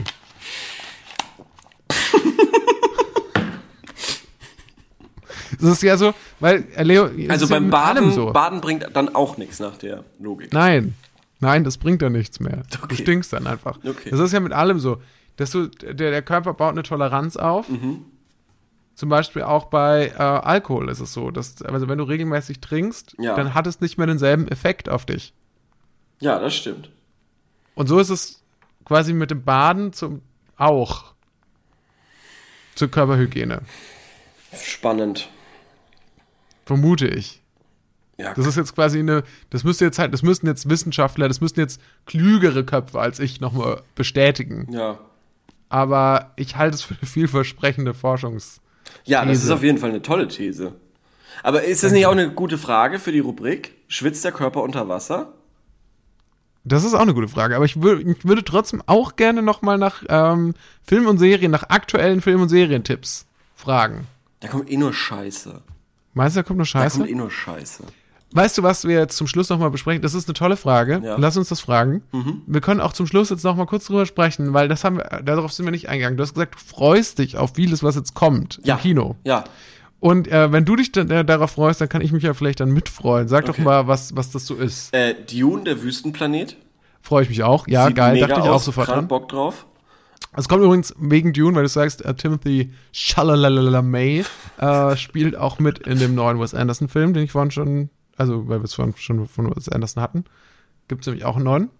Das ist ja so, weil, Leo, Also ist ja beim mit allem Baden, so. Baden bringt dann auch nichts nach der Logik. Nein, das bringt dann nichts mehr. Okay. Du stinkst dann einfach. Okay. Das ist ja mit allem so. Dass der Körper baut eine Toleranz auf. Zum Beispiel auch bei Alkohol ist es so. Also wenn du regelmäßig trinkst, Ja. dann hat es nicht mehr denselben Effekt auf dich. Ja, das stimmt. Und so ist es quasi mit dem Baden auch zur Körperhygiene. Spannend. Vermute ich. Ja, Das ist jetzt quasi das müssten jetzt Wissenschaftler, das müssten jetzt klügere Köpfe als ich nochmal bestätigen. ja. Aber ich halte es für eine vielversprechende Forschungs. Ja, das These. ist auf jeden Fall eine tolle These. Aber ist das nicht auch eine gute Frage für die Rubrik? Schwitzt der Körper unter Wasser? Das ist auch eine gute Frage, aber ich würde trotzdem auch gerne nochmal nach Film und Serien, nach aktuellen Film- und Serientipps fragen. Da kommt eh nur Scheiße. Meinst du, da kommt noch Da Scheiße? kommt eh nur Scheiße. Weißt du, was wir jetzt zum Schluss nochmal besprechen? Das ist eine tolle Frage. Ja. Lass uns das fragen. Wir können auch zum Schluss jetzt nochmal kurz drüber sprechen, weil darauf sind wir nicht eingegangen. Du hast gesagt, du freust dich auf vieles, was jetzt kommt Ja. im Kino. Ja. Und wenn du dich darauf freust, dann kann ich mich ja vielleicht dann mitfreuen. Sag Okay. doch mal, was das so ist. Dune, der Wüstenplanet. Freue ich mich auch. Ja, Sieht geil. mega Dachte ich auch aus, sofort krank dran. Bock drauf. Es kommt übrigens wegen Dune, weil du sagst, Timothy Chalalalame spielt auch mit in dem neuen Wes Anderson-Film, den ich vorhin schon, also weil wir es vorhin schon von Wes Anderson hatten. Gibt es nämlich auch einen neuen.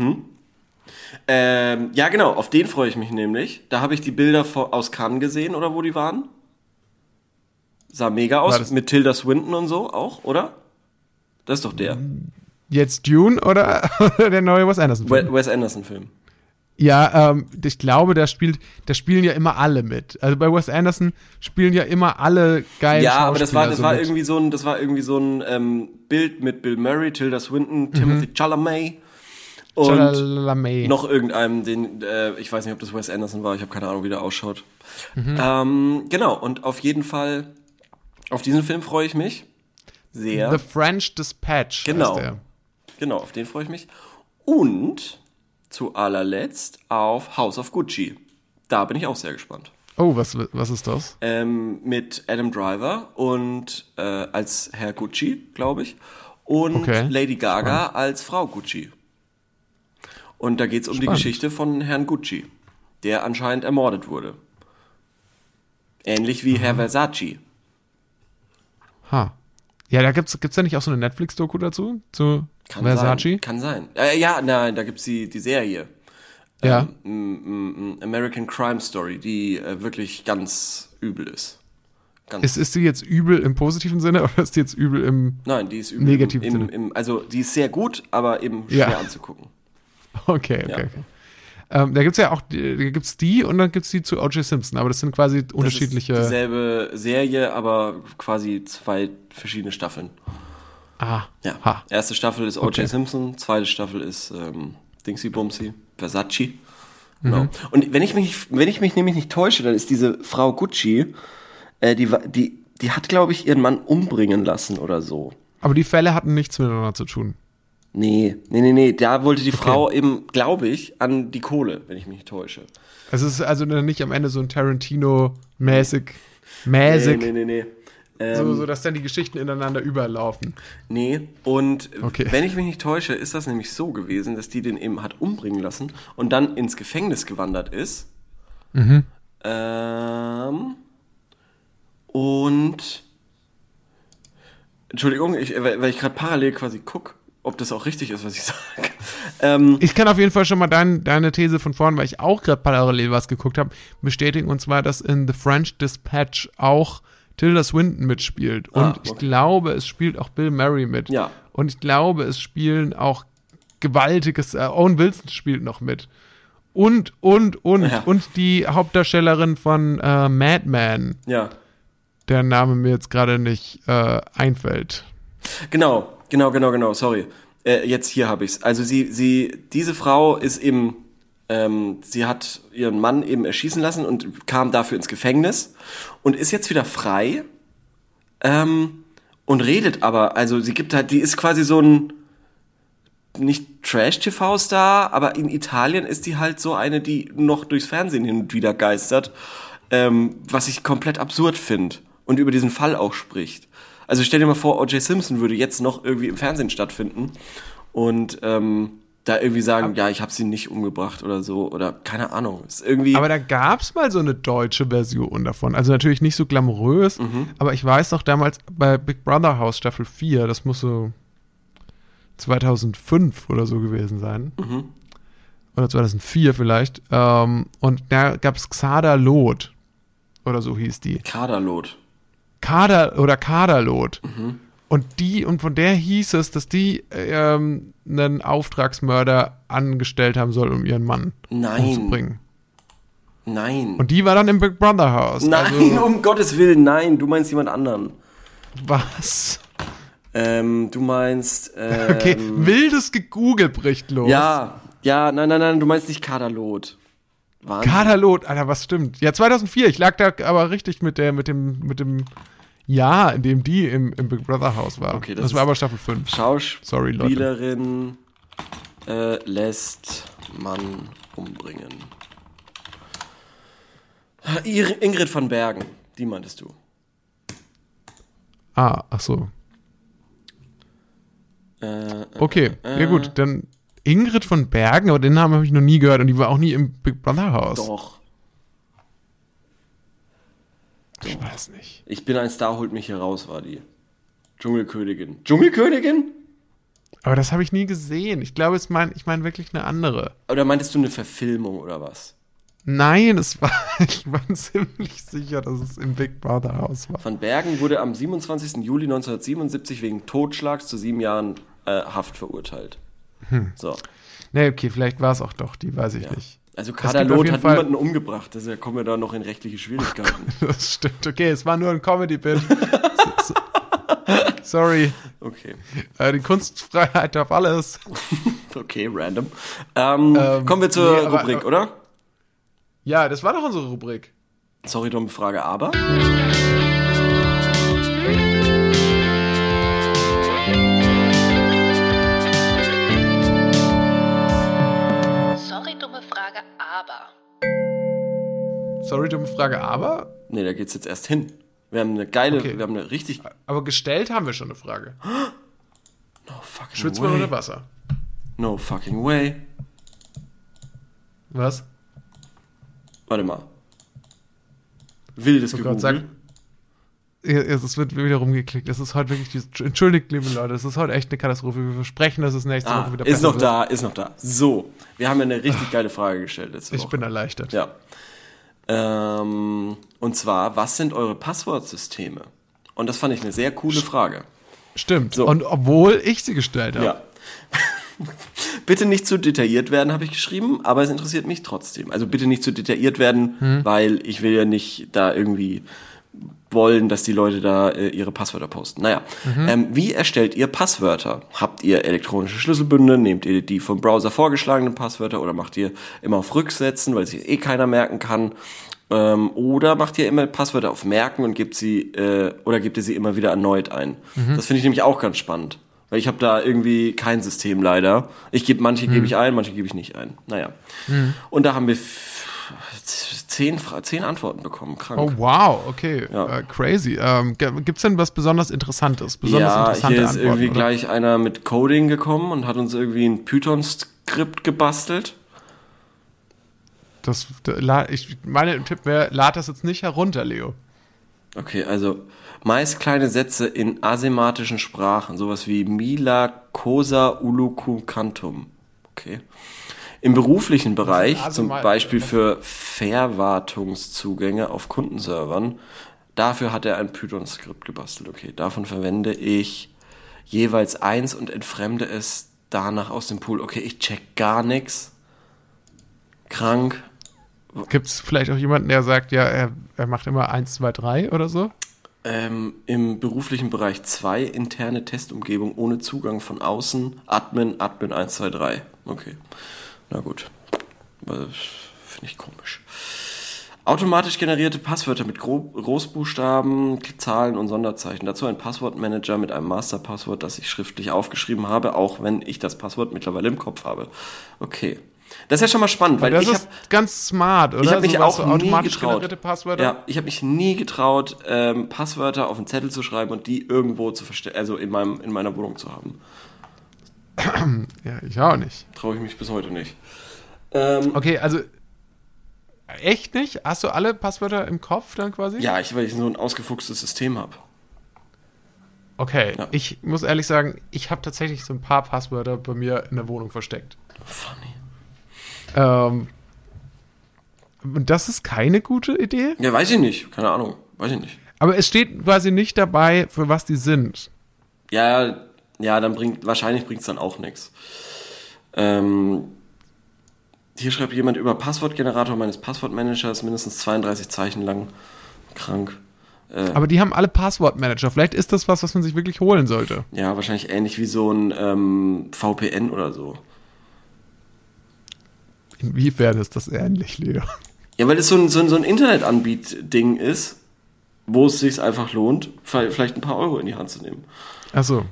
Ja, genau, auf den freue ich mich nämlich. Da habe ich die Bilder aus Cannes gesehen, oder wo die waren. Sah mega War aus, das- mit Tilda Swinton und so auch, oder? Das ist doch der. Jetzt Dune oder der neue Wes Anderson-Film? Wes Anderson-Film. Ja, ich glaube, da spielen ja immer alle mit. Also bei Wes Anderson spielen ja immer alle geilen Ja, aber das war mit. irgendwie so ein Bild mit Bill Murray, Tilda Swinton, Timothy Chalamet und Chalalalame. noch irgendeinem, ich weiß nicht, ob das Wes Anderson war, ich habe keine Ahnung, wie der ausschaut. Genau, und auf jeden Fall, auf diesen Film freue ich mich sehr. The French Dispatch Genau. heißt der. Genau, auf den freue ich mich. Und zu allerletzt auf House of Gucci. Da bin ich auch sehr gespannt. Oh, was ist das? Mit Adam Driver und als Herr Gucci, glaube ich, und Okay. Lady Gaga als Frau Gucci. Und da geht es um die Spannend. Geschichte von Herrn Gucci, der anscheinend ermordet wurde. Ähnlich wie Herr Versace. Ha. Ja, da gibt's da nicht auch so eine Netflix-Doku dazu? Zu Versace? Sein, kann sein. Ja, nein, da gibt's die Serie. Ja. American Crime Story, die wirklich ganz übel ist. Ganz Ist die jetzt übel im positiven Sinne oder ist die jetzt übel im... Nein, die ist übel. Negativen Sinne. Also die ist sehr gut, aber eben Ja. schwer anzugucken. Okay. Ja. Okay. Da gibt's ja auch, gibt's die und dann gibt's die zu O.J. Simpson, aber das sind quasi unterschiedliche... Das ist dieselbe Serie, aber quasi 2 verschiedene Staffeln. Ah, Ja. ha. Erste Staffel ist O.J. Okay. Simpson, zweite Staffel ist Dingsy Bumsy, Versace. Genau. Und wenn ich mich nämlich nicht täusche, dann ist diese Frau Gucci, die hat, glaube ich, ihren Mann umbringen lassen oder so. Aber die Fälle hatten nichts miteinander zu tun. Nee. Da wollte die Frau eben, glaube ich, an die Kohle, wenn ich mich nicht täusche. Es ist also nicht am Ende so ein Tarantino-mäßig. Mäßig. Nee. So, dass dann die Geschichten ineinander überlaufen. Nee, und Okay. wenn ich mich nicht täusche, ist das nämlich so gewesen, dass die den eben hat umbringen lassen und dann ins Gefängnis gewandert ist. Und Entschuldigung, weil ich gerade parallel quasi gucke, ob das auch richtig ist, was ich sage. Ich kann auf jeden Fall schon mal deine These von vorn, weil ich auch gerade parallel was geguckt habe, bestätigen. Und zwar, dass in The French Dispatch auch Tilda Swinton mitspielt. Und ich glaube, es spielt auch Bill Murray mit. Ja. Und ich glaube, es spielen auch gewaltiges, Owen Wilson spielt noch mit. Und die Hauptdarstellerin von Mad Men, Ja. der Name mir jetzt gerade nicht einfällt. Genau, sorry. Jetzt hier habe ich's. Also diese Frau ist eben sie hat ihren Mann eben erschießen lassen und kam dafür ins Gefängnis und ist jetzt wieder frei und redet aber, also sie gibt halt, die ist quasi so ein nicht Trash-TV-Star, aber in Italien ist die halt so eine, die noch durchs Fernsehen hin und wieder geistert, was ich komplett absurd finde und über diesen Fall auch spricht. Also stell dir mal vor, O.J. Simpson würde jetzt noch irgendwie im Fernsehen stattfinden und da irgendwie sagen, ja, ich habe sie nicht umgebracht oder so oder keine Ahnung. Ist irgendwie. Aber da gab's mal so eine deutsche Version davon. Also natürlich nicht so glamourös, aber ich weiß noch damals bei Big Brother House Staffel 4, das muss so 2005 oder so gewesen sein. Oder 2004 vielleicht. Und da gab's Xada Loth. Oder so hieß die. Kaderlot. Kaderlot. Und von der hieß es, dass die einen Auftragsmörder angestellt haben soll, um ihren Mann umzubringen. Nein. Und die war dann im Big Brother Haus. Nein, also, um Gottes Willen, nein. Du meinst jemand anderen. Was? Du meinst. Okay, wildes Gegoogle bricht los. Ja, nein, du meinst nicht Kaderlot. Kaderlot, Alter, was stimmt? Ja, 2004, ich lag da aber richtig mit dem Jahr, in dem die im Big Brother Haus war. Okay, das war aber Staffel 5. Schauspielerin lässt Mann umbringen. Ingrid von Bergen, die meintest du. Ach so. Okay, ja gut, dann Ingrid von Bergen, aber den Namen habe ich noch nie gehört und die war auch nie im Big Brother Haus. Doch. Ich weiß nicht. Ich bin ein Star, holt mich hier raus, war die. Dschungelkönigin. Dschungelkönigin? Aber das habe ich nie gesehen. Ich glaube, ich meine wirklich eine andere. Oder meintest du eine Verfilmung oder was? Nein, ich war ziemlich sicher, dass es im Big Brother Haus war. Van Bergen wurde am 27. Juli 1977 wegen Totschlags zu 7 Jahren Haft verurteilt. So. Nee, okay, vielleicht war es auch doch, die weiß ich nicht. Also Kaderlot hat niemanden umgebracht, deshalb kommen wir da noch in rechtliche Schwierigkeiten. Das stimmt, okay, es war nur ein Comedy-Bit. Sorry. Okay. Die Kunstfreiheit darf alles. Okay, random. Kommen wir zur Rubrik, oder? Ja, das war doch unsere Rubrik. Sorry, dumme Frage, aber? Sorry, dumme Frage, aber. Sorry, dumme Frage, aber? Nee, da geht's jetzt erst hin. Wir haben eine geile, Okay. wir haben eine richtig... Aber gestellt haben wir schon eine Frage. No fucking Schwitzt way. man unter Wasser? No fucking way. Was? Warte mal. Wildes Oh Gott, Gegoogle. Es wird wieder rumgeklickt. Es ist heute wirklich, entschuldigt, liebe Leute, es ist heute echt eine Katastrophe. Wir versprechen, dass es nächste Woche wieder ist besser noch wird. da, ist noch da. So, wir haben eine richtig geile Frage gestellt letzte Woche. Ich bin erleichtert. Ja. Und zwar, was sind eure Passwortsysteme? Und das fand ich eine sehr coole Frage. Stimmt. So. Und obwohl ich sie gestellt habe. Ja. Bitte nicht zu detailliert werden, habe ich geschrieben, aber es interessiert mich trotzdem. Also bitte nicht zu detailliert werden, weil ich will ja nicht da irgendwie wollen, dass die Leute da ihre Passwörter posten. Naja, wie erstellt ihr Passwörter? Habt ihr elektronische Schlüsselbünde? Nehmt ihr die vom Browser vorgeschlagenen Passwörter oder macht ihr immer auf Rücksetzen, weil sich keiner merken kann? Oder macht ihr immer Passwörter auf Merken und gebt ihr sie immer wieder erneut ein? Das finde ich nämlich auch ganz spannend. Weil ich habe da irgendwie kein System leider. Manche gebe ich ein, manche gebe ich nicht ein. Naja. Und da haben wir 10 Antworten bekommen. Krank. Oh, wow, okay. Ja. Crazy. Gibt's denn was besonders Interessantes? Hier ist Antworten, irgendwie oder? gleich einer mit Coding gekommen und hat uns irgendwie ein Python-Skript gebastelt. Mein Tipp wäre, lad das jetzt nicht herunter, Leo. Okay, also meist kleine Sätze in asematischen Sprachen, sowas wie Mila Cosa Uluku Cantum. Okay. Im beruflichen Bereich, zum Beispiel für Verwartungszugänge auf Kundenservern, dafür hat er ein Python-Skript gebastelt. Okay, davon verwende ich jeweils 1 und entfremde es danach aus dem Pool. Okay, ich check gar nichts. Krank. Gibt's vielleicht auch jemanden, der sagt, ja, er macht immer 1, 2, 3 oder so? Im beruflichen Bereich 2 interne Testumgebung ohne Zugang von außen. Admin 1, 2, 3. Okay, na gut. Finde ich komisch. Automatisch generierte Passwörter mit Großbuchstaben, Zahlen und Sonderzeichen. Dazu ein Passwortmanager mit einem Masterpasswort, das ich schriftlich aufgeschrieben habe, auch wenn ich das Passwort mittlerweile im Kopf habe. Okay. Das ist ja schon mal spannend, weil das ist ganz smart, oder? Ich habe mich auch so nie automatisch getraut. generierte Passwörter? Ja, ich habe mich nie getraut, Passwörter auf einen Zettel zu schreiben und die irgendwo zu verstellen, also in meiner Wohnung zu haben. Ja, ich auch nicht. Traue ich mich bis heute nicht. Okay, also echt nicht? Hast du alle Passwörter im Kopf dann quasi? Ja, weil ich so ein ausgefuchstes System habe. Okay, Ja. ich muss ehrlich sagen, ich habe tatsächlich so ein paar Passwörter bei mir in der Wohnung versteckt. Funny. Und das ist keine gute Idee? Ja, weiß ich nicht. Keine Ahnung. Weiß ich nicht. Aber es steht quasi nicht dabei, für was die sind. Ja, dann wahrscheinlich bringt's dann auch nichts. Hier schreibt jemand über Passwortgenerator meines Passwortmanagers, mindestens 32 Zeichen lang. Krank. Aber die haben alle Passwortmanager. Vielleicht ist das was man sich wirklich holen sollte. Ja, wahrscheinlich ähnlich wie so ein VPN oder so. Inwiefern ist das ähnlich, Leo? Ja, weil es so ein Internetanbiet-Ding ist, wo es sich einfach lohnt, vielleicht ein paar Euro in die Hand zu nehmen. Ach so.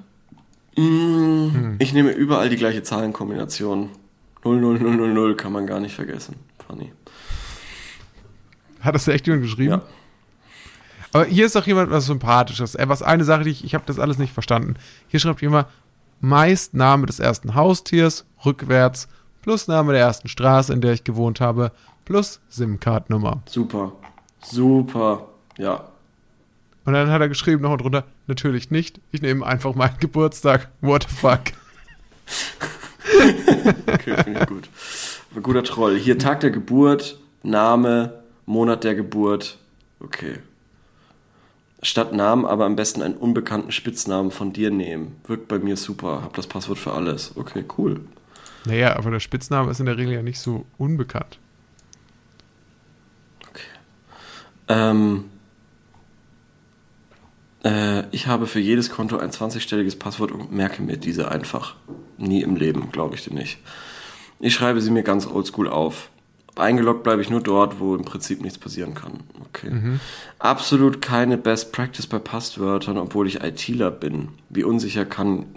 Ich nehme überall die gleiche Zahlenkombination. 00000 kann man gar nicht vergessen. Funny. Hat das echt jemand geschrieben? Ja. Aber hier ist doch jemand was Sympathisches. Was eine Sache, ich habe das alles nicht verstanden. Hier schreibt jemand, meist Name des ersten Haustiers, rückwärts, plus Name der ersten Straße, in der ich gewohnt habe, plus SIM-Card-Nummer. Super. Ja. Und dann hat er geschrieben noch drunter, natürlich nicht, ich nehme einfach meinen Geburtstag. What the fuck? Okay, finde ich gut. Ein guter Troll. Hier Tag der Geburt, Name, Monat der Geburt. Okay. Statt Namen aber am besten einen unbekannten Spitznamen von dir nehmen. Wirkt bei mir super. Hab das Passwort für alles. Okay, cool. Naja, aber der Spitzname ist in der Regel ja nicht so unbekannt. Ich habe für jedes Konto ein 20-stelliges Passwort und merke mir diese einfach. Nie im Leben, glaube ich dir nicht. Ich schreibe sie mir ganz oldschool auf. Eingeloggt bleibe ich nur dort, wo im Prinzip nichts passieren kann. Okay. Absolut keine Best Practice bei Passwörtern, obwohl ich ITler bin. Wie unsicher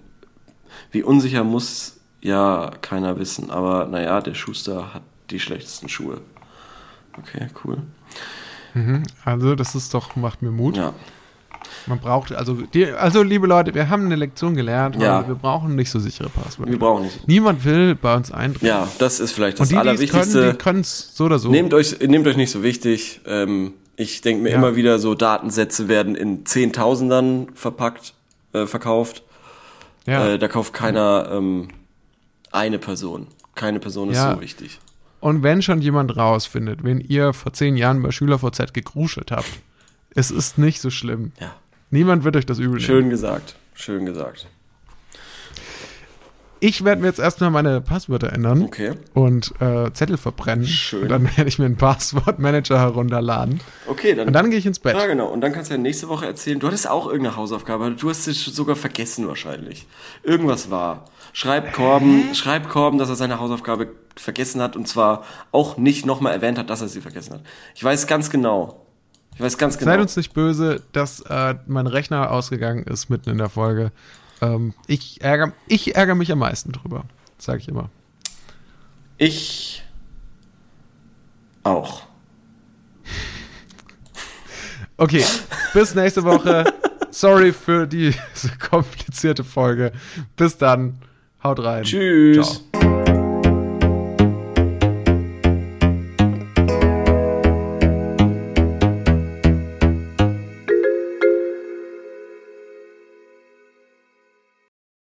muss ja keiner wissen. Aber naja, der Schuster hat die schlechtesten Schuhe. Okay, cool. Also das ist doch, macht mir Mut. Ja. Man braucht, also liebe Leute, wir haben eine Lektion gelernt, Ja. wir brauchen nicht so sichere Passwörter. Wir brauchen nicht. Niemand will bei uns eintreten. Ja, das ist vielleicht das Und die Allerwichtigste. die können es so oder so. Nehmt euch nicht so wichtig. Ich denke mir Ja. immer wieder, so Datensätze werden in Zehntausendern verkauft. Ja. Da kauft keiner eine Person. Keine Person ist Ja. so wichtig. Und wenn schon jemand rausfindet, wen ihr vor 10 Jahren bei SchülerVZ gegruschelt habt, es ist nicht so schlimm. Ja. Niemand wird euch das übel nehmen. Schön gesagt. Schön gesagt. Ich werde mir jetzt erstmal meine Passwörter ändern Okay. und Zettel verbrennen. Schön. Und dann werde ich mir einen Passwortmanager herunterladen. Okay, dann. Und dann gehe ich ins Bett. Ja, genau. Und dann kannst du ja nächste Woche erzählen. Du hattest auch irgendeine Hausaufgabe. Du hast es sogar vergessen wahrscheinlich. Irgendwas war. Schreib Korben, dass er seine Hausaufgabe vergessen hat. Und zwar auch nicht nochmal erwähnt hat, dass er sie vergessen hat. Ich weiß ganz genau. Seid uns nicht böse, dass mein Rechner ausgegangen ist mitten in der Folge. Ich ärgere mich am meisten drüber. Sage ich immer. Ich auch. Okay, bis nächste Woche. Sorry für diese komplizierte Folge. Bis dann. Haut rein. Tschüss. Ciao.